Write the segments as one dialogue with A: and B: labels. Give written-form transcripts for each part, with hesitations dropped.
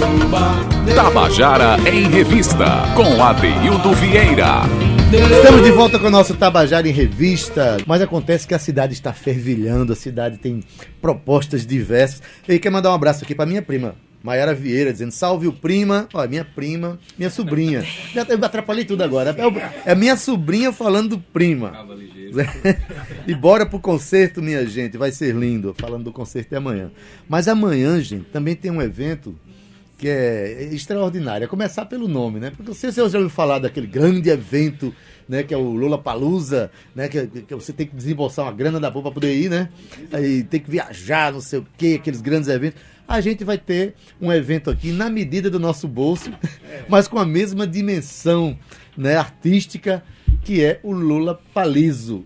A: Tabajara em Revista, com Adeildo Vieira.
B: Estamos de volta com o nosso Tabajara em Revista, mas acontece que a cidade está fervilhando, a cidade tem propostas diversas. Eu quero mandar um abraço aqui para minha prima, Maiara Vieira, dizendo: salve o prima. Olha, minha prima, minha sobrinha. Eu atrapalhei tudo agora. É minha sobrinha falando do prima. E bora pro concerto, minha gente, vai ser lindo. Falando do concerto de amanhã. Mas amanhã, gente, também tem um evento que é extraordinário. É começar pelo nome, né? Porque você já ouviu falar daquele grande evento, né, que é o Lollapalooza, né, que você tem que desembolsar uma grana da boa para poder ir, né? Aí tem que viajar, não sei o quê, aqueles grandes eventos. A gente vai ter um evento aqui na medida do nosso bolso, mas com a mesma dimensão, né, artística, que é o Lollapalooza.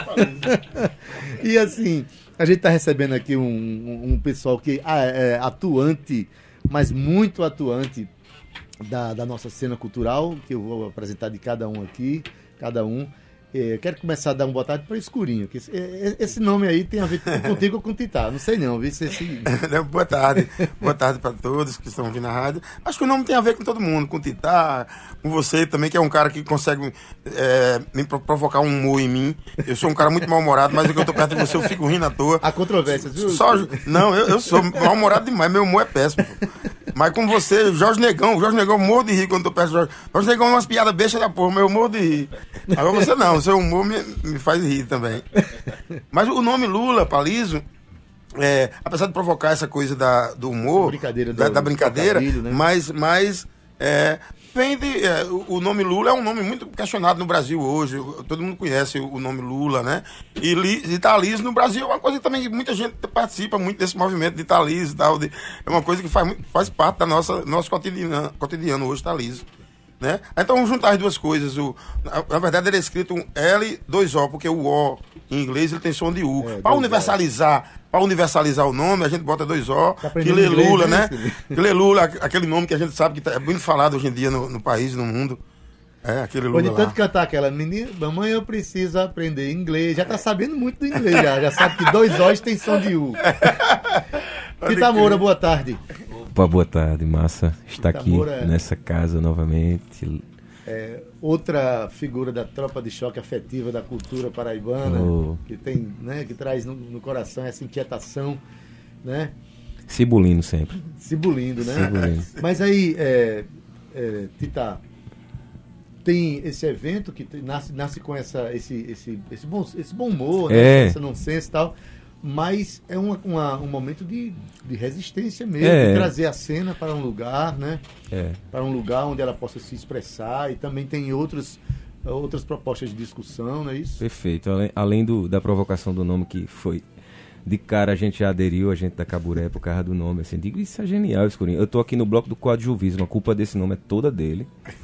B: E assim, a gente está recebendo aqui um pessoal que é atuante, mas muito atuante da nossa cena cultural, que eu vou apresentar de cada um aqui, cada um. Quero começar a dar uma boa tarde para Escurinho, que esse nome aí tem a ver contigo ou com o Titá, não sei não, viu?
C: Boa tarde para todos que estão ouvindo a rádio. Acho que o nome tem a ver com todo mundo, com o Titá, com você também, que é um cara que consegue me provocar um humor em mim. Eu sou um cara muito mal-humorado, mas quando eu tô perto de você eu fico rindo à toa.
B: Há controvérsias, viu?
C: Não, eu sou mal-humorado demais, meu humor é péssimo. Mas com você, Jorge Negão morro de rir quando eu tô perto de Jorge Negão é umas piadas bestas da porra, mas eu morro de rir. Agora você não, o seu humor me faz rir também. Mas o nome Lollapalooza, apesar de provocar essa coisa do humor, da brincadeira, né? mas vem o nome Lula é um nome muito questionado no Brasil hoje. Todo mundo conhece o nome Lula, né? E Italize no Brasil é uma coisa que também muita gente participa muito desse movimento de Italize e tal. É uma coisa que faz parte da nosso cotidiano hoje, Italize. Né? Então vamos juntar as duas coisas. Na verdade ele é escrito um L2O, porque o O em inglês ele tem som de U. Para universalizar o nome, a gente bota 2O, que lê Lula, né? Que lê Lula, aquele nome que a gente sabe que é muito falado hoje em dia no país, no mundo. Aquele Lula.
B: De tanto cantar aquela menina, mamãe, eu preciso aprender inglês. Já tá sabendo muito do inglês, já sabe que 2 O's tem som de U. Tita Moura, boa tarde.
D: Opa, boa tarde, massa estar aqui nessa casa novamente.
B: Outra figura da tropa de choque afetiva da cultura paraibana, que tem, né, que traz no coração essa inquietação, né?
D: Cibulindo sempre.
B: Cibulindo, né?
D: Cibulindo.
B: Mas aí, Tita, tem esse evento que nasce com esse bom humor, né? Essa nonsense e tal. Mas é um momento de resistência mesmo, de trazer a cena para um lugar, né? Para um lugar onde ela possa se expressar, e também tem outras propostas de discussão, não é isso?
D: Perfeito. Além da provocação do nome, que foi de cara, a gente já aderiu, a gente da Caburé, por causa do nome, assim, digo, isso é genial, Escurinho. Eu tô aqui no bloco do coadjuvismo, a culpa desse nome é toda dele.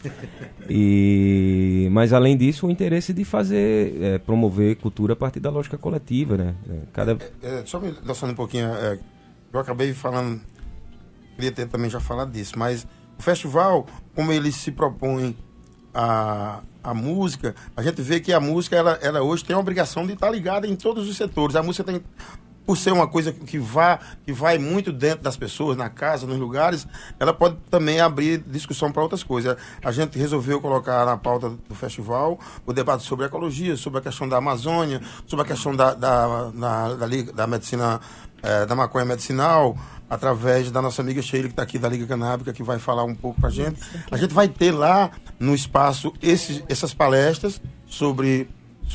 D: Mas além disso, o interesse de fazer, promover cultura a partir da lógica coletiva, né?
C: Só me lançando um pouquinho, eu acabei falando, queria ter também já falado disso, mas o festival, como ele se propõe a música, a gente vê que a música, ela hoje tem a obrigação de estar ligada em todos os setores. A música tem, por ser uma coisa que vai muito dentro das pessoas, na casa, nos lugares, ela pode também abrir discussão para outras coisas. A gente resolveu colocar na pauta do festival o debate sobre a ecologia, sobre a questão da Amazônia, sobre a questão da medicina, da maconha medicinal, através da nossa amiga Sheila, que está aqui da Liga Canábica, que vai falar um pouco para a gente. A gente vai ter lá no espaço essas palestras sobre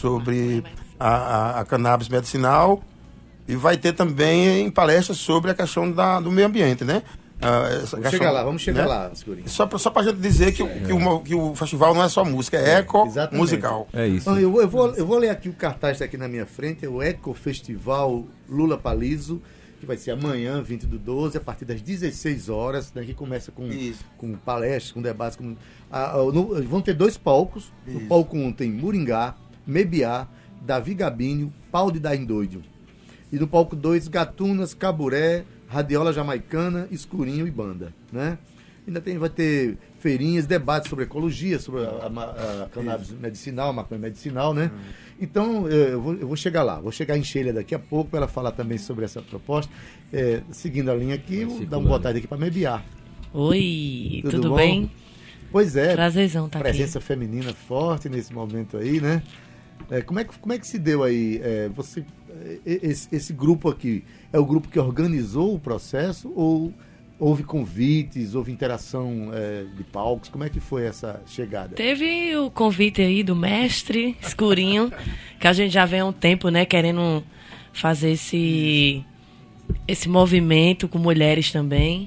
C: a cannabis medicinal, e vai ter também palestras sobre a questão do meio ambiente, né?
B: Vamos chegar lá, Escurinho.
C: Só para a gente dizer que o festival não é só música, é eco-musical.
D: É isso.
B: Então, eu vou ler aqui o cartaz que está aqui na minha frente, é o Eco Festival Lollapalooza, que vai ser amanhã, 20/12, a partir das 16 horas, né, que começa com palestras, com debates. Vão ter 2 palcos. Isso. No palco 1 tem Muringá, Mebiá, Davi Gabinho, Pau de Daindoido. E no palco 2, Gatunas, Caburé, Radiola Jamaicana, Escurinho e Banda, né? Ainda vai ter feirinhas, debates sobre ecologia, sobre a cannabis medicinal, a maconha medicinal, né? Então, eu vou chegar lá. Vou chegar em Sheila daqui a pouco para ela falar também sobre essa proposta. Seguindo a linha aqui, vou dar uma boa tarde aqui para Mebiá.
E: Oi, tudo
B: bom?
E: bem?
B: Pois é,
E: Prazerzão tá
B: presença feminina forte nesse momento aí, né? Como é que se deu aí? Esse grupo aqui, é o grupo que organizou o processo ou houve convites, houve interação de palcos? Como é que foi essa chegada?
E: Teve o convite aí do mestre Escurinho, que a gente já vem há um tempo, né, querendo fazer esse movimento com mulheres também.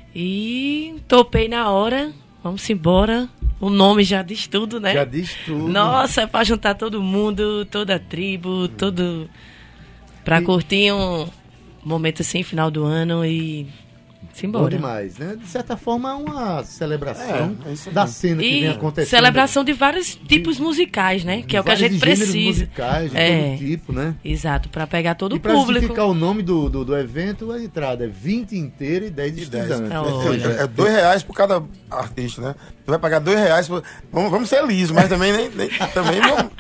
E: E topei na hora, vamos embora. O nome já diz tudo, né?
B: Já diz tudo.
E: Nossa, é pra juntar todo mundo, toda a tribo, todo... Pra curtir um momento assim, final do ano e...
B: Bom
E: simbora.
B: demais, né? De certa forma, é uma celebração
C: É isso
B: da
C: mesmo.
B: cena que
E: E
B: vem acontecendo.
E: celebração de vários tipos musicais, né? Que é o que a gente
B: Vários gêneros
E: precisa.
B: musicais de
E: É.
B: todo tipo, né?
E: Exato, pra pegar todo
B: E
E: o
B: para
E: público.
B: justificar o nome do evento, a entrada é 20 inteira e 10 estudantes.
E: Olha.
C: É R$2 por cada artista, né? Tu vai pagar R$2 por... Vamos ser lisos, mas também também vamos...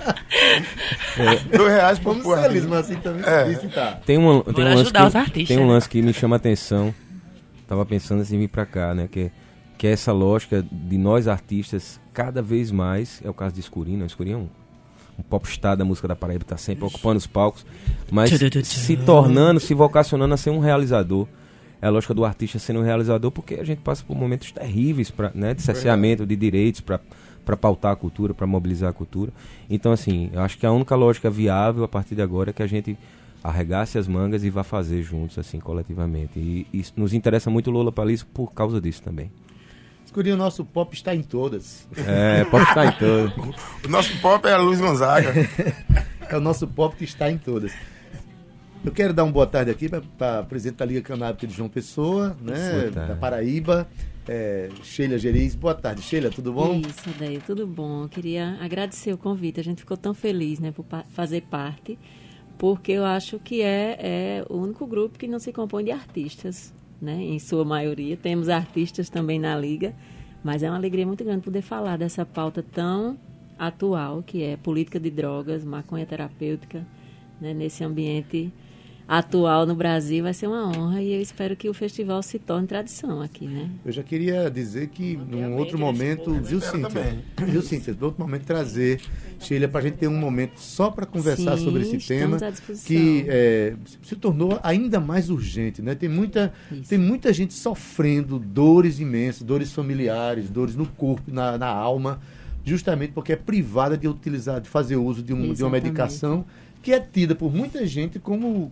C: R$2 por
B: Vamos ser
C: artista.
B: lisos, mas assim também difícil, tá.
D: Tem um
E: Bora
D: lance
E: ajudar os artistas,
D: tem um
E: né?
D: lance que me chama a atenção. Tava pensando assim, vir pra cá, né? Que é essa lógica de nós artistas, cada vez mais, é o caso de Escurinho, Escurinho é um popstar da música da Paraíba, tá sempre ocupando os palcos, mas se vocacionando a ser um realizador. É a lógica do artista sendo um realizador, porque a gente passa por momentos terríveis, né, de cerceamento de direitos para pautar a cultura, para mobilizar a cultura. Então, assim, eu acho que a única lógica viável a partir de agora é que a gente arregace as mangas e vá fazer juntos, assim, coletivamente. E nos interessa muito o Lollapalooza por causa disso também.
B: Escurinho, o nosso pop está em todas.
D: Pode estar em todo.
C: O nosso pop é a Luiz Gonzaga.
B: É o nosso pop que está em todas. Eu quero dar uma boa tarde aqui para a presidente da Liga Canábica de João Pessoa, né, da Paraíba, Sheila Geriz. Boa tarde, Sheila, tudo bom?
F: Isso, Deio, tudo bom. Eu queria agradecer o convite, a gente ficou tão feliz, né, por fazer parte, porque eu acho que é o único grupo que não se compõe de artistas, né, em sua maioria. Temos artistas também na Liga, mas é uma alegria muito grande poder falar dessa pauta tão atual, que é política de drogas, maconha terapêutica, né, nesse ambiente atual no Brasil. Vai ser uma honra e eu espero que o festival se torne tradição aqui, né?
B: Eu já queria dizer que num outro momento, viu, Cíntia, num outro momento trazer Sheila para a gente ter um momento só para conversar sobre esse tema,
F: à disposição.
B: que se tornou ainda mais urgente, né? Tem muita gente sofrendo dores imensas, dores familiares, dores no corpo, na alma, justamente porque é privada de fazer uso de uma medicação que é tida por muita gente como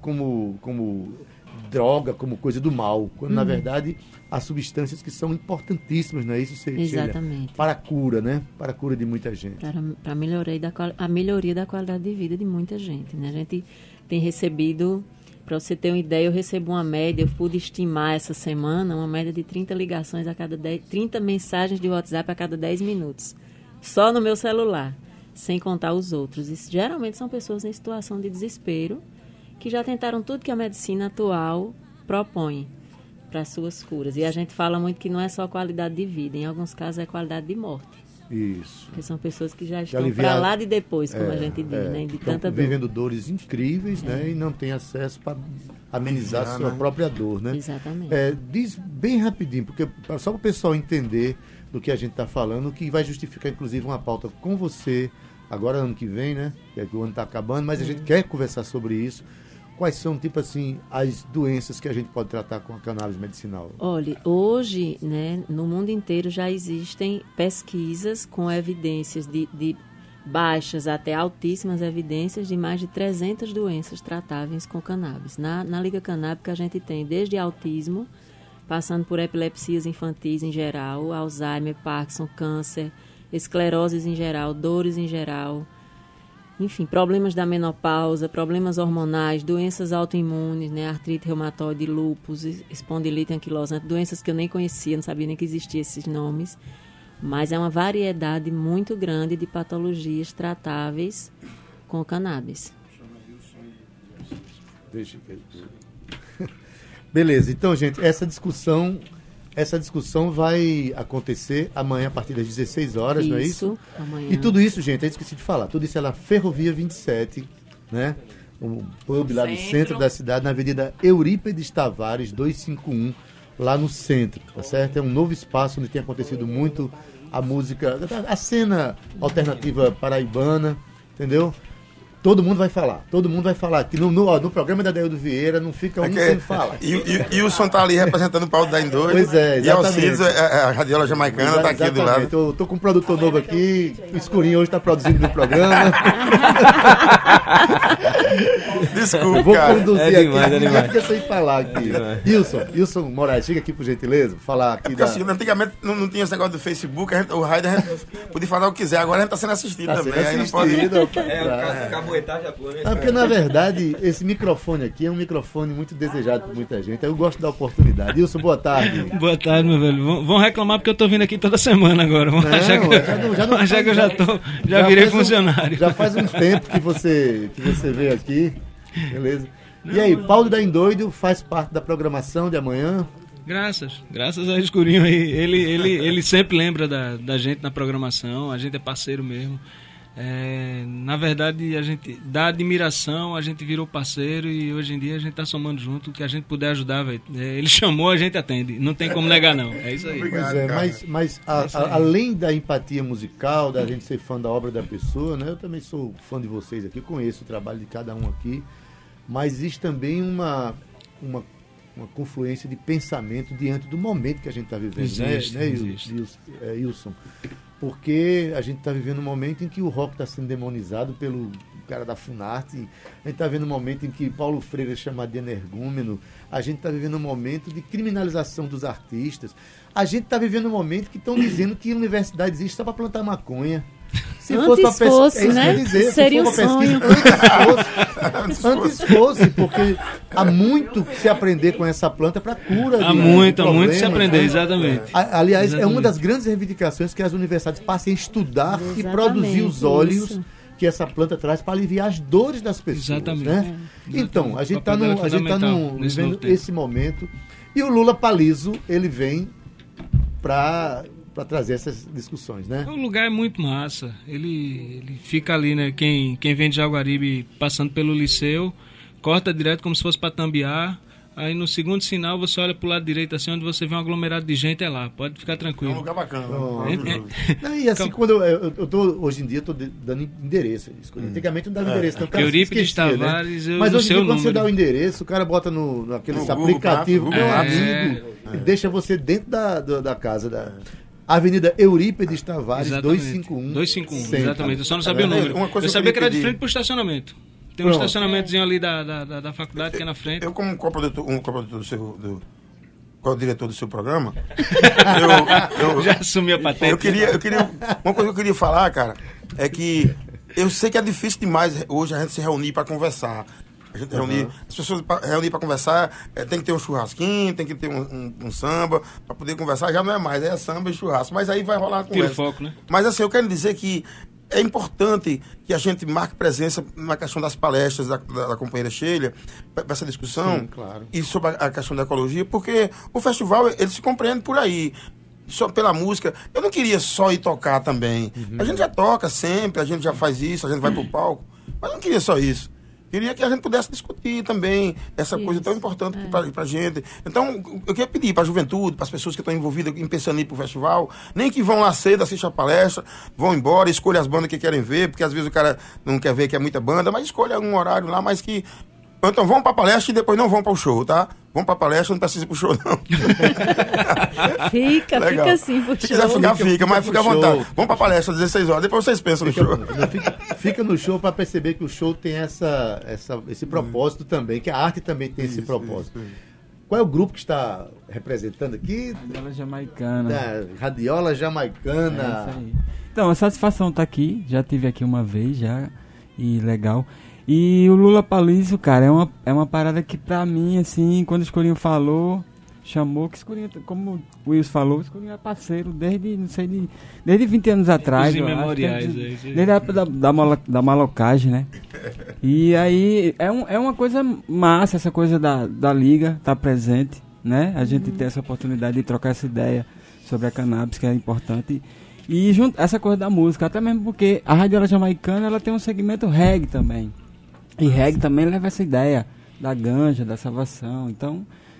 B: droga, como coisa do mal, quando na verdade há substâncias que são importantíssimas, não é isso, Sheila?
F: Exatamente.
B: Para a cura, né? Para a cura de muita gente.
F: Para a melhoria da qualidade de vida de muita gente, né? A gente tem recebido, para você ter uma ideia, eu recebo uma média, eu pude estimar essa semana, uma média de 30 ligações a cada 30 mensagens de WhatsApp a cada 10 minutos. Só no meu celular, sem contar os outros. E geralmente são pessoas em situação de desespero, que já tentaram tudo que a medicina atual propõe para suas curas. E a gente fala muito que não é só qualidade de vida, em alguns casos é qualidade de morte.
B: Isso.
F: Porque são pessoas que já estão para lá de depois, como a gente diz, né? De tanta dor.
B: Vivendo dores incríveis, né? E não tem acesso para amenizar a sua própria dor, né?
F: Exatamente.
B: Diz bem rapidinho, porque só para o pessoal entender do que a gente está falando, que vai justificar, inclusive, uma pauta com você, agora ano que vem, né? Que o ano está acabando, mas a gente quer conversar sobre isso. Quais são, tipo assim, as doenças que a gente pode tratar com a cannabis medicinal?
F: Olha, hoje, né, no mundo inteiro já existem pesquisas com evidências de baixas até altíssimas evidências de mais de 300 doenças tratáveis com cannabis. Na Liga Canábica a gente tem desde autismo, passando por epilepsias infantis em geral, Alzheimer, Parkinson, câncer, escleroses em geral, dores em geral, enfim, problemas da menopausa, problemas hormonais, doenças autoimunes, né, artrite reumatoide, lúpus, espondilite anquilosante, doenças que eu nem conhecia, não sabia nem que existiam esses nomes, mas é uma variedade muito grande de patologias tratáveis com cannabis.
B: Beleza, então, gente, essa discussão vai acontecer amanhã a partir das 16 horas, não é isso?
F: Amanhã.
B: E tudo isso, gente, eu esqueci de falar, tudo isso é na Ferrovia 27, né? Um pub lá no centro da cidade, na Avenida Eurípides Tavares, 251, lá no centro, tá certo? É um novo espaço onde tem acontecido muito a música, a cena alternativa paraibana, entendeu? Todo mundo vai falar aqui no programa da Daildo Vieira, não fica um sem falar.
C: E o som tá ali representando o Paulo da Indoide.
B: Pois é, exatamente.
C: E Alcides, a radiola jamaicana, tá aqui do lado.
B: Eu tô com um produtor novo aqui, o Escurinho hoje tá produzindo meu programa.
C: Desculpa,
B: Vou
C: cara.
B: conduzir
D: demais,
B: aqui,
D: demais.
B: fica sem falar aqui. Wilson Moraes, chega aqui por gentileza, falar aqui
C: Porque assim, antigamente não tinha esse negócio do Facebook, o rádio a gente podia falar o que quiser, agora a gente tá sendo assistido
B: Tá
C: também.
B: sendo
C: Aí não pode...
B: assistido, rapaz.
D: Caboetar já foi, né?
B: Porque, na verdade, esse microfone aqui é um microfone muito desejado por muita gente. Eu gosto da oportunidade. Wilson, boa tarde.
G: Boa tarde, meu velho. Vão reclamar porque eu tô vindo aqui toda semana agora. Vão achar que eu já virei funcionário.
B: Já faz um tempo que você veio aqui. Beleza. E aí, Paulo da Indoido faz parte da programação de amanhã?
G: Graças ao Escurinho aí. Ele sempre lembra da gente na programação. A gente é parceiro mesmo. Na verdade, a gente dá admiração, a gente virou parceiro e hoje em dia a gente tá somando junto. O que a gente puder ajudar, velho. Ele chamou, a gente atende. Não tem como negar, não. É isso aí.
C: Obrigado,
B: mas além da empatia musical, da gente ser fã da obra da pessoa, né? Eu também sou fã de vocês aqui, conheço o trabalho de cada um aqui, mas existe também uma confluência de pensamento diante do momento que a gente está vivendo,
G: Existe.
B: Wilson? Porque a gente está vivendo um momento em que o rock está sendo demonizado pelo cara da Funarte, a gente está vivendo um momento em que Paulo Freire é chamado de energúmeno, a gente está vivendo um momento de criminalização dos artistas, a gente está vivendo um momento que estão dizendo que a universidade existe só para plantar maconha. Se
F: Antes fosse, né? Seria um sonho.
B: Antes fosse, porque há muito que se aprender com essa planta para cura.
G: Há muito se aprender, exatamente.
B: Aliás, é uma das grandes reivindicações que as universidades passem a estudar e produzir os óleos
F: isso.
B: que essa planta traz para aliviar as dores das pessoas.
G: Exatamente.
B: Né? Então, a gente está vivendo
G: tempo.
B: esse momento. E o Lula Palizo, ele vem para trazer essas discussões, né?
G: O lugar é muito massa. Ele fica ali, né? Quem vem de Jaguaribe passando pelo Liceu, corta direto como se fosse para Tambiá. Aí no segundo sinal você olha pro lado direito, assim, onde você vê um aglomerado de gente, é lá. Pode ficar
C: É um
G: tranquilo.
C: lugar bacana.
B: Não, e assim, quando eu tô, hoje em dia, eu tô dando endereço. Antigamente não dava endereço, então o cara se
G: Eurípides
B: esquecia,
G: Tavares,
B: né? Mas hoje em dia, quando
G: número.
B: você dá o endereço, o cara bota naquele
C: No
B: aplicativo,
C: Google
B: meu
C: Maps,
B: amigo, e deixa você dentro da casa da Avenida Eurípides Tavares,
G: Exatamente.
B: 251.
G: 251,
B: Sempre.
G: exatamente. Eu só não sabia o número.
C: Uma coisa
G: Eu
C: que
G: sabia
C: eu
G: que era de
C: queria
G: frente pro estacionamento. Tem um
B: Pronto.
G: estacionamentozinho ali da faculdade que é na frente.
C: Eu, como coprodutor qual é o diretor do seu programa, eu
G: Já assumi a patente.
C: Eu queria. Uma coisa que eu queria falar, cara, é que eu sei que é difícil demais hoje a gente se reunir para conversar. A gente reunir, as pessoas reunir para conversar, tem que ter um churrasquinho, tem que ter um samba para poder conversar. Já não é mais, é samba e churrasco. Mas aí vai rolar a
G: Tira o
C: conversa.
G: foco, né?
C: Mas assim, eu quero dizer que é importante que a gente marque presença na questão das palestras da companheira Sheila, para essa discussão.
B: Sim, claro.
C: E sobre a questão da ecologia, porque o festival, ele se compreende por aí. Só pela música. Eu não queria só ir tocar também. A gente já toca sempre, a gente já faz isso, a gente vai pro palco. Mas eu não queria só isso. Queria que a gente pudesse discutir também essa coisa tão importante pra gente. Então, eu queria pedir pra juventude, para as pessoas que estão envolvidas em pensando em ir pro festival, nem que vão lá cedo, assistam a palestra, vão embora, escolham as bandas que querem ver, porque às vezes o cara não quer ver que é muita banda, mas escolha um horário lá, mas que... Então vão pra palestra e depois não vão para o show, tá? Vão pra palestra, não precisa ir pro show, não.
F: Fica assim pro
C: Se quiser
F: show.
C: fica, mas fica à
B: pro
C: vontade.
B: show.
C: Vamos pra palestra às 16 horas, depois vocês pensam no show.
B: Fica no show para perceber que o show tem esse propósito também, que a arte também tem esse propósito. Qual é o grupo que está representando aqui?
H: Radiola Jamaicana.
B: Radiola Jamaicana.
H: É isso aí. Então, a satisfação tá aqui. Já tive aqui uma vez já. E legal. E o Lula Palizo, cara, é uma parada que pra mim, assim, quando o Escurinho falou, chamou, que Escurinho, como o Wilson falou, o Escurinho é parceiro desde 20 anos atrás.
G: Os
H: eu acho,
G: imemoriais,
H: desde a época da malocagem, né? E aí é uma coisa massa, essa coisa da liga tá presente, né? A gente tem essa oportunidade de trocar essa ideia sobre a cannabis, que é importante. E junto, essa coisa da música, até mesmo porque a Radiola Jamaicana, ela tem um segmento reggae também. E reggae também leva essa ideia da ganja, da salvação. Então,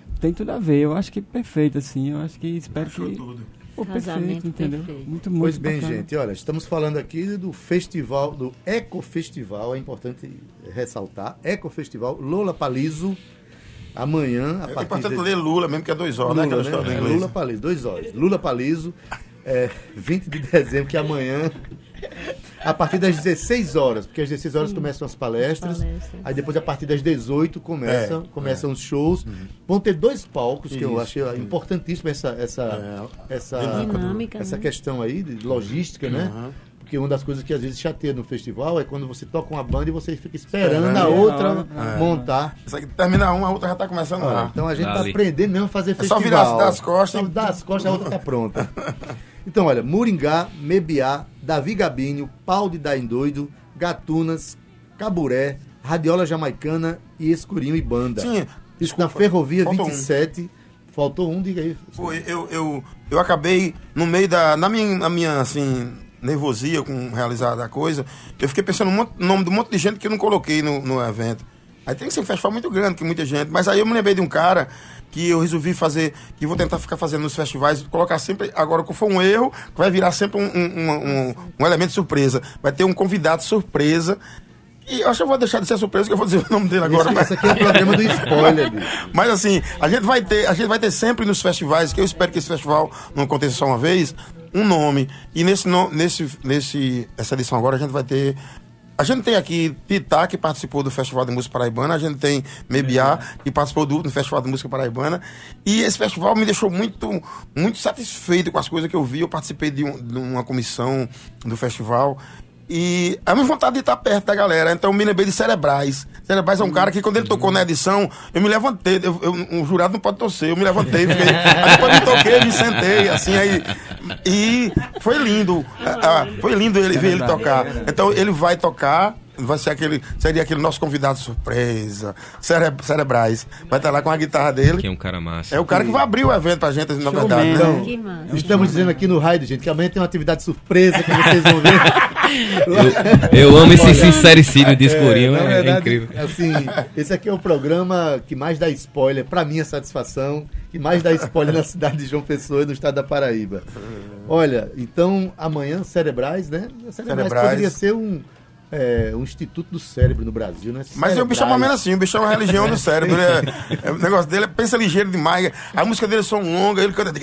H: tem tudo a ver. Eu acho que perfeito, assim. Eu acho que espero
C: Achou
H: que...
C: tudo.
H: Pô,
F: Casamento
H: perfeito, entendeu?
F: perfeito.
H: Muito
B: Pois bem,
H: bacana.
B: gente, olha, estamos falando aqui do festival, do Ecofestival, é importante ressaltar, Ecofestival Lollapalooza, amanhã, a
C: É
B: partir
C: importante
B: de...
C: ler Lula mesmo, que é 2 horas, né? Aquela história do inglês.
B: Lollapalooza, 2 horas. Lollapalooza, 20 de dezembro, que é amanhã, a partir das 16 horas, porque às 16 horas começam as palestras, aí depois a partir das 18 começam os shows. Vão ter 2 palcos, que eu achei importantíssimo essa
F: Dinâmica,
B: essa
F: né?
B: questão aí de logística, né? Porque uma das coisas que às vezes chateia no festival é quando você toca uma banda e você fica esperando a outra montar.
C: Essa aqui termina uma, a outra já tá começando lá.
B: Então a gente tá
D: Dali.
B: aprendendo mesmo a fazer
C: É só
B: festival.
C: virar das costas.
B: Só dar as costas, a outra tá pronta. Então, olha, Moringá, Mebiá, Davi Gabinho, Pau de Daim Doido, Gatunas, Caburé, Radiola Jamaicana e Escurinho e Banda.
C: Sim,
B: Isso na Ferrovia
C: faltou
B: 27. Faltou um, diga aí.
C: Foi, eu acabei no meio na minha assim, nervosia com realizar a coisa, eu fiquei pensando no nome de um monte de gente que eu não coloquei no evento. Aí tem que ser um festival muito grande, que muita gente. Mas aí eu me lembrei de um cara que eu resolvi fazer, que vou tentar ficar fazendo nos festivais, colocar sempre, agora que for um erro, que vai virar sempre um elemento surpresa. Vai ter um convidado surpresa. E eu acho que eu vou deixar de ser surpresa, que eu vou dizer o nome dele agora.
B: Esse aqui é o programa do spoiler, bicho.
C: Mas assim, a gente vai ter sempre nos festivais, que eu espero que esse festival não aconteça só uma vez, um nome. E essa edição agora a gente vai ter. A gente tem aqui Titá, que participou do Festival de Música Paraibana, a gente tem Mebiá, que participou do último Festival de Música Paraibana, e esse festival me deixou muito, muito satisfeito com as coisas que eu vi. Eu participei de uma comissão do festival, e a minha vontade de estar perto da galera, então eu me lembrei de Cerebrais. Cerebrais é um cara que quando ele tocou na edição, eu me levantei, um jurado não pode torcer, eu me levantei, aí depois me toquei, me sentei, assim, aí, e foi lindo ele ver ele tocar. Então ele vai tocar, seria aquele nosso convidado surpresa, Cerebrais, vai estar lá com a guitarra dele.
D: Que é um cara massa.
C: É o cara que vai abrir o evento pra gente, na verdade, né?
B: Então,
F: Que massa.
B: estamos dizendo aqui no Raid, gente, que amanhã tem uma atividade surpresa que vocês vão ver.
D: Eu amo esse sincericídio de Escurinho,
B: na
D: é
B: verdade,
D: incrível.
B: assim, esse aqui é o programa que mais dá spoiler, pra minha satisfação, que mais dá spoiler na cidade de João Pessoa e no estado da Paraíba. Olha, então, amanhã, Cerebrais, né? Cerebrais poderia ser um instituto do cérebro no Brasil, né?
C: Mas o bicho é mais ou menos assim, o bicho é uma religião do cérebro. O negócio dele pensa ligeiro demais. A música dele são longas, ele canta.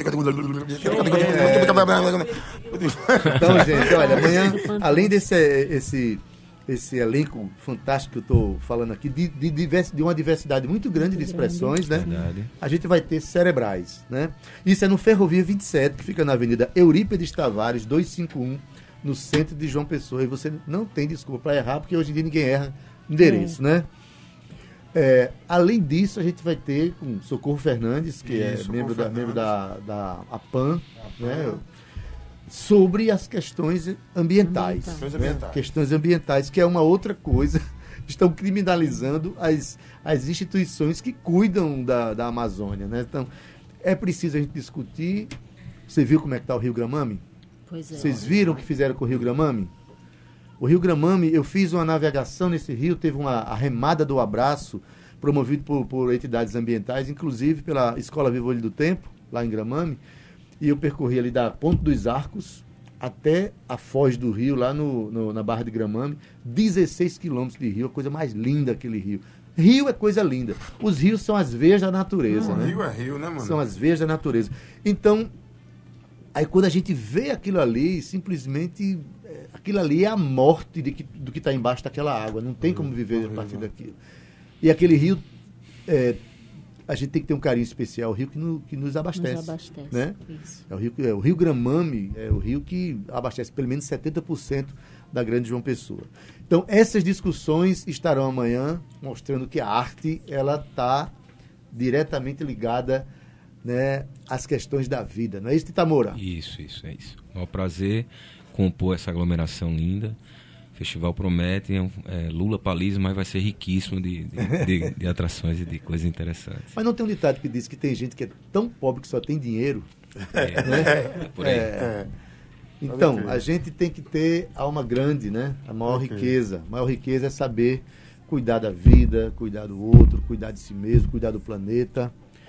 B: Então, gente, olha, amanhã, além desse elenco fantástico que eu estou falando aqui, de uma diversidade muito grande de expressões, né?
D: Verdade.
B: A gente vai ter Cerebrais, né? Isso é no Ferrovia 27, que fica na Avenida Eurípides Tavares, 251, no centro de João Pessoa. E você não tem desculpa para errar, porque hoje em dia ninguém erra endereço, né? Além disso, a gente vai ter com Socorro Fernandes, que
C: Isso,
B: é membro
C: Socorro
B: da APAN, né? Sobre as questões ambientais.
C: Questões
B: né?
C: ambientais.
B: Questões ambientais, que é uma outra coisa. Estão criminalizando as instituições que cuidam da Amazônia, né? Então, é preciso a gente discutir. Você viu como é que está o Rio Gramame?
F: Pois é.
B: Vocês viram o que fizeram com o Rio Gramame? O Rio Gramame, eu fiz uma navegação nesse rio, teve a remada do abraço, promovido por entidades ambientais, inclusive pela Escola Viva Olho do Tempo, lá em Gramame, e eu percorri ali da Ponte dos Arcos até a foz do rio, lá na Barra de Gramame, 16 quilômetros de rio, a coisa mais linda aquele rio. Rio é coisa linda. Os rios são as veias da natureza, né?
C: Rio é rio, né, mano?
B: São as veias da natureza. Então, aí quando a gente vê aquilo ali, simplesmente, aquilo ali é a morte do que está embaixo daquela água. Não tem como viver a partir daquilo. E aquele rio, a gente tem que ter um carinho especial, o rio que nos abastece.
F: Nos abastece,
B: né?
F: isso.
B: O rio Gramame é o rio que abastece pelo menos 70% da Grande João Pessoa. Então, essas discussões estarão amanhã, mostrando que a arte ela está diretamente ligada, né, às questões da vida. Não é isso, Tita Moura?
D: Isso, é isso. É um prazer compor essa aglomeração linda. O festival promete, Lollapalooza, mas vai ser riquíssimo de atrações e de coisas interessantes.
B: Mas não tem um ditado que diz que tem gente que é tão pobre que só tem dinheiro?
D: É por aí.
B: Então, a gente tem que ter alma grande, né? A maior riqueza. A maior riqueza é saber cuidar da vida, cuidar do outro, cuidar de si mesmo, cuidar do planeta.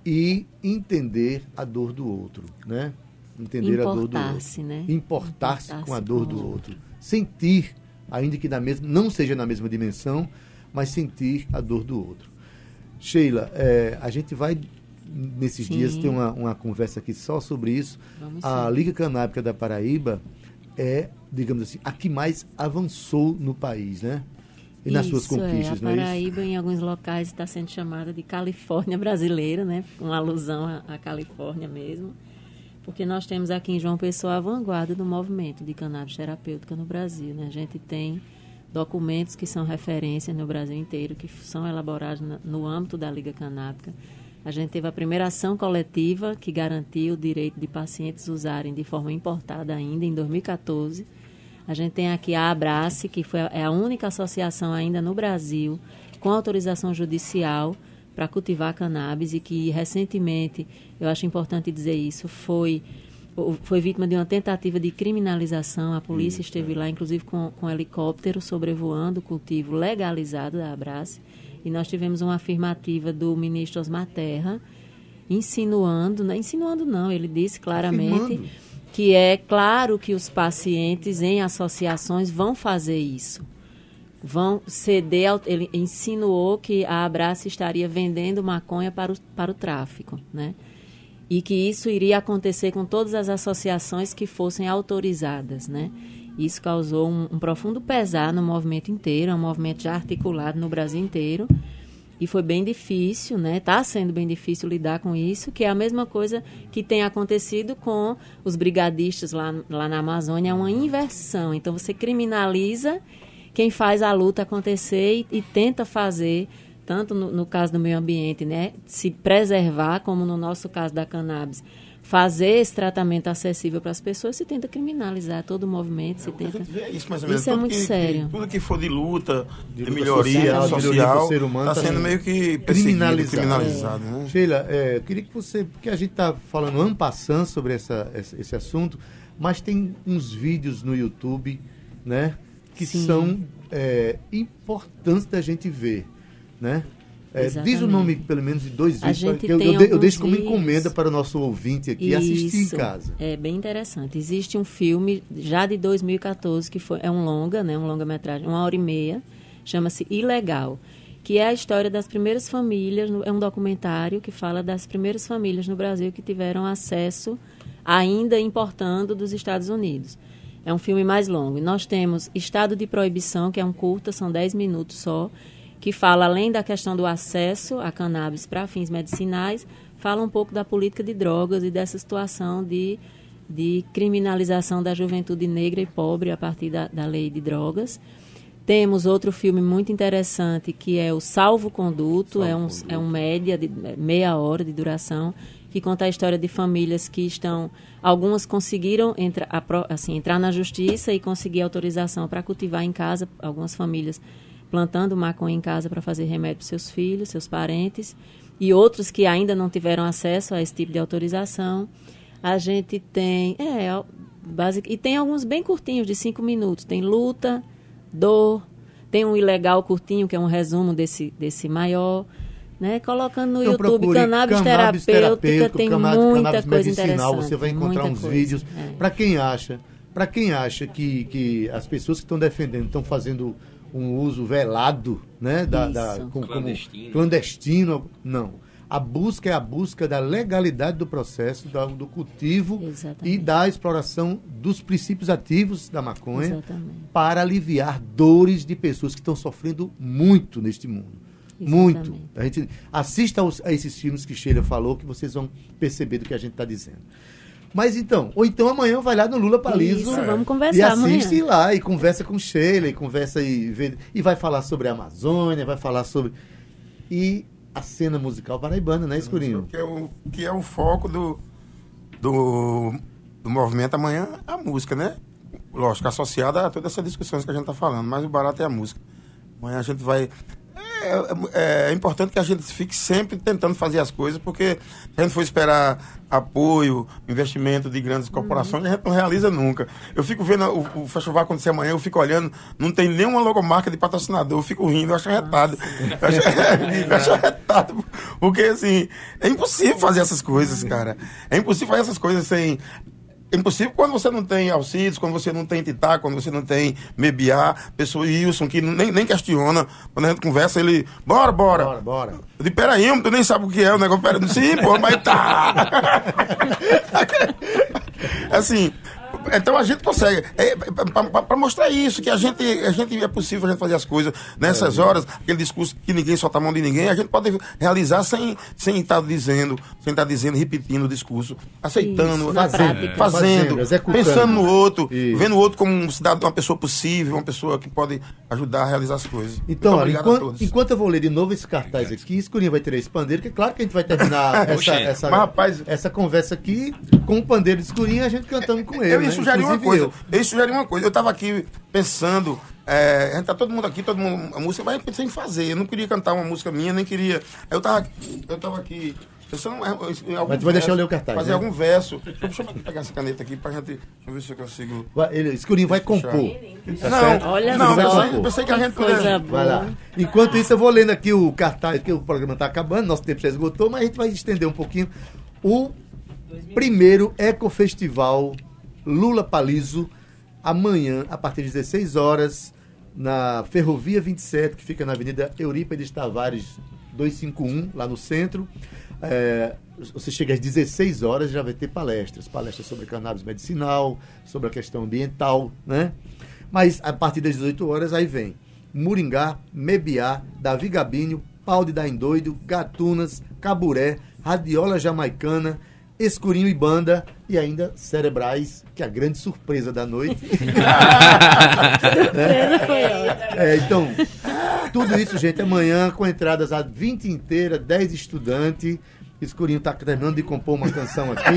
B: e entender a dor do outro, né? Entender a dor do outro.
F: Né?
B: Importar-se com a dor do outro. Sentir, ainda que não seja na mesma dimensão, mas sentir a dor do outro. Sheila, a gente vai, nesses dias, ter uma conversa aqui só sobre isso. A Liga Canábica da Paraíba é, digamos assim, a que mais avançou no país, né? E nas suas conquistas,
F: não é isso? A Paraíba, em alguns locais, está sendo chamada de Califórnia brasileira, né? Uma alusão à Califórnia mesmo. Porque nós temos aqui em João Pessoa a vanguarda do movimento de cannabis terapêutica no Brasil, né? A gente tem documentos que são referência no Brasil inteiro, que são elaborados no âmbito da Liga Canábica. A gente teve a primeira ação coletiva que garantiu o direito de pacientes usarem de forma importada ainda, em 2014. A gente tem aqui a Abrace, que é a única associação ainda no Brasil com autorização judicial para cultivar cannabis e que recentemente, eu acho importante dizer isso, foi vítima de uma tentativa de criminalização. A polícia esteve lá, inclusive com helicóptero, sobrevoando o cultivo legalizado da Abrace. E nós tivemos uma afirmativa do ministro Osmar Terra, insinuando não, ele disse claramente que é claro que os pacientes em associações vão fazer isso. Vão ceder, ele insinuou que a Abrace estaria vendendo maconha para o tráfico, né? E que isso iria acontecer com todas as associações que fossem autorizadas, né? Isso causou um profundo pesar no movimento inteiro, é um movimento já articulado no Brasil inteiro, e foi bem difícil, né? Está sendo bem difícil lidar com isso, que é a mesma coisa que tem acontecido com os brigadistas lá na Amazônia, é uma inversão. Então, você criminaliza quem faz a luta acontecer e tenta fazer, tanto no caso do meio ambiente, né? Se preservar, como no nosso caso da cannabis, fazer esse tratamento acessível para as pessoas, se tenta criminalizar todo o movimento, se tenta...
C: Isso, mais ou menos.
F: Isso é muito sério.
C: Tudo que for de luta, de melhoria social, está sendo meio que criminalizado. Né?
B: Sheila, eu queria que você, porque a gente está falando en passant sobre esse assunto, mas tem uns vídeos no YouTube, né, que são importantes da gente ver, né? Diz o nome, pelo menos, de 2 vídeos, que eu deixo como encomenda para o nosso ouvinte aqui assistir em casa. É bem interessante. Existe um filme, já de 2014, que é um longa, né, um longa-metragem, 1h30, chama-se Ilegal, que é a história das primeiras famílias, é um documentário que fala das primeiras famílias no Brasil que tiveram acesso, ainda importando dos Estados Unidos. É um filme mais longo. E nós temos Estado de Proibição, que é um curta, são 10 minutos só, que fala, além da questão do acesso a cannabis para fins medicinais, fala um pouco da política de drogas e dessa situação de criminalização da juventude negra e pobre a partir da lei de drogas. Temos outro filme muito interessante, que é o Salvo Conduto, é um média de meia hora de duração, que conta a história de famílias que algumas conseguiram entrar na justiça e conseguir autorização para cultivar em casa, algumas famílias plantando maconha em casa para fazer remédio para seus filhos, seus parentes, e outros que ainda não tiveram acesso a esse tipo de autorização. A gente tem, e tem alguns bem curtinhos, de 5 minutos. Tem Luta, Dor, tem um Ilegal curtinho, que é um resumo desse maior, né? Colocando no YouTube cannabis terapêutica, tem muita coisa interessante. Você vai encontrar uns vídeos. Para quem acha que as pessoas que estão defendendo estão fazendo um uso velado, né, como clandestino, não. A busca é a busca da legalidade do processo, do cultivo. Exatamente. E da exploração dos princípios ativos da maconha. Exatamente. Para aliviar dores de pessoas que estão sofrendo muito neste mundo. Exatamente. Muito. A gente assista a esses filmes que Sheila falou, que vocês vão perceber do que a gente está dizendo. Mas então, ou então amanhã vai lá no Lula Paliso.
F: Isso, vamos conversar amanhã.
B: E assiste lá e conversa com Sheila, e vai falar sobre a Amazônia, vai falar sobre... E a cena musical paraibana, né, Escurinho?
C: Que é o foco do movimento amanhã, a música, né? Lógico, associada a todas essas discussões que a gente está falando, mas o barato é a música. Amanhã a gente vai... é importante que a gente fique sempre tentando fazer as coisas, porque se a gente for esperar apoio, investimento de grandes corporações, a gente não realiza nunca. Eu fico vendo o festival acontecer amanhã, eu fico olhando, não tem nenhuma logomarca de patrocinador, eu fico rindo, eu acho arretado. Eu acho arretado, porque assim, é impossível fazer essas coisas, cara. É impossível fazer essas coisas sem... É impossível quando você não tem Alcides, quando você não tem Titá, quando você não tem Mebiá, pessoa Wilson, que nem questiona. Quando a gente conversa, ele, bora. Eu digo, peraí, tu nem sabe o que é o negócio. Peraí, sim, pô, mas tá. Assim, então a gente consegue, para mostrar isso, que a gente é possível a gente fazer as coisas nessas horas, aquele discurso que ninguém solta a mão de ninguém, a gente pode realizar sem estar dizendo, repetindo o discurso, aceitando, fazendo, pensando no outro, vendo o outro como um cidadão, uma pessoa possível, uma pessoa que pode ajudar a realizar as coisas.
B: Então, olha, enquanto eu vou ler de novo esse cartaz aqui, Escurinho vai ter esse pandeiro, que é claro que a gente vai terminar essa conversa aqui com o pandeiro de Escurinho, a gente cantando com ele.
C: Eu ia sugerir uma coisa. Eu estava aqui pensando, a gente tá todo mundo aqui, a música vai pensar em fazer. Eu não queria cantar uma música minha, nem queria. Eu tava aqui pensando em algum.
B: Mas tu vai deixar eu ler o cartaz.
C: Fazer algum verso. Deixa eu pegar essa caneta aqui pra gente. Deixa eu ver se eu consigo.
B: Escurinho vai compor.
F: Olha só.
C: Eu pensei que a gente
F: coisa
B: vai lá. Enquanto isso, eu vou lendo aqui o cartaz, que o programa está acabando, nosso tempo já esgotou, mas a gente vai estender um pouquinho. O primeiro Ecofestival Lula Palizo, amanhã, a partir das 16 horas, na Ferrovia 27, que fica na Avenida Eurípides Tavares 251, lá no centro. Você chega às 16 horas, já vai ter palestras sobre cannabis medicinal, sobre a questão ambiental, né? Mas a partir das 18 horas, aí vem Moringá, Mebiá, Davi Gabinho, Pau de Daindoido, Gatunas, Caburé, Radiola Jamaicana, Escurinho e Banda e ainda Cerebrais, que é a grande surpresa da noite. Então, tudo isso, gente, amanhã com entradas a 20 inteira, 10 estudantes. Escurinho está terminando de compor uma canção aqui,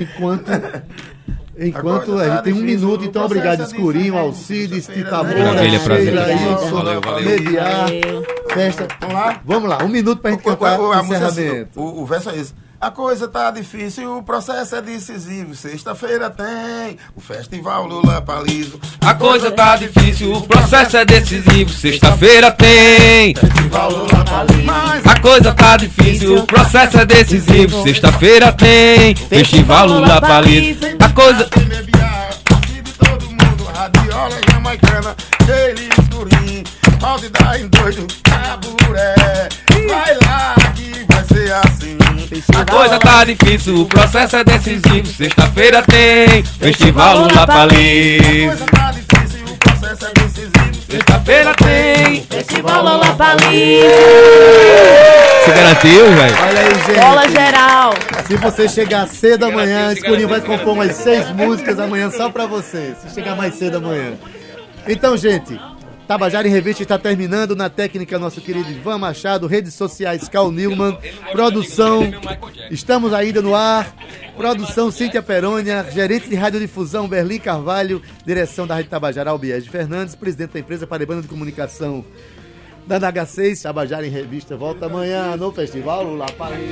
B: enquanto a gente tem um minuto, então obrigado Escurinho, Alcides, Titabona, Sheila, Wilson, Mebiá, festa. Vamos lá, um minuto pra gente cantar o encerramento.
C: O verso é esse. A coisa tá difícil, o processo é decisivo. Sexta-feira tem o Festival Lula Palizo.
D: A coisa tá difícil, o processo é decisivo. Sexta-feira tem
C: Festival Lula Palizo.
D: A coisa tá difícil, o processo é decisivo. Sexta-feira tem Festival Lula Palizo. A coisa
C: de todo mundo, radiola jamaicana, ele Escurinho, pau de Daindoido, Caburé. Vai lá que vai ser assim.
D: A coisa tá difícil, o processo é decisivo. Sexta-feira tem Festival Lula Palizo.
C: A coisa tá difícil, o processo é decisivo.
D: Sexta-feira tem
F: Festival Lula Palizo.
D: Você garantiu, velho?
B: Olha aí, gente.
F: Bola geral.
B: Se você chegar cedo amanhã, Escurinho vai compor mais 6 músicas amanhã só pra você. Se chegar mais cedo amanhã. Então, gente, Tabajara em Revista está terminando. Na técnica, nosso querido Ivan Machado. Redes sociais, Cal Newman. Produção, estamos ainda no ar. Produção, Cíntia Perônia. Gerente de radiodifusão, Berlim Carvalho. Direção da Rádio Tabajara, Albiés Fernandes. Presidente da empresa Paraibana de Comunicação da NH6. Tabajara em Revista volta amanhã no Festival Lula Palizo.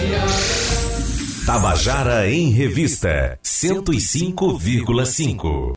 A: Tabajara em Revista 105,5.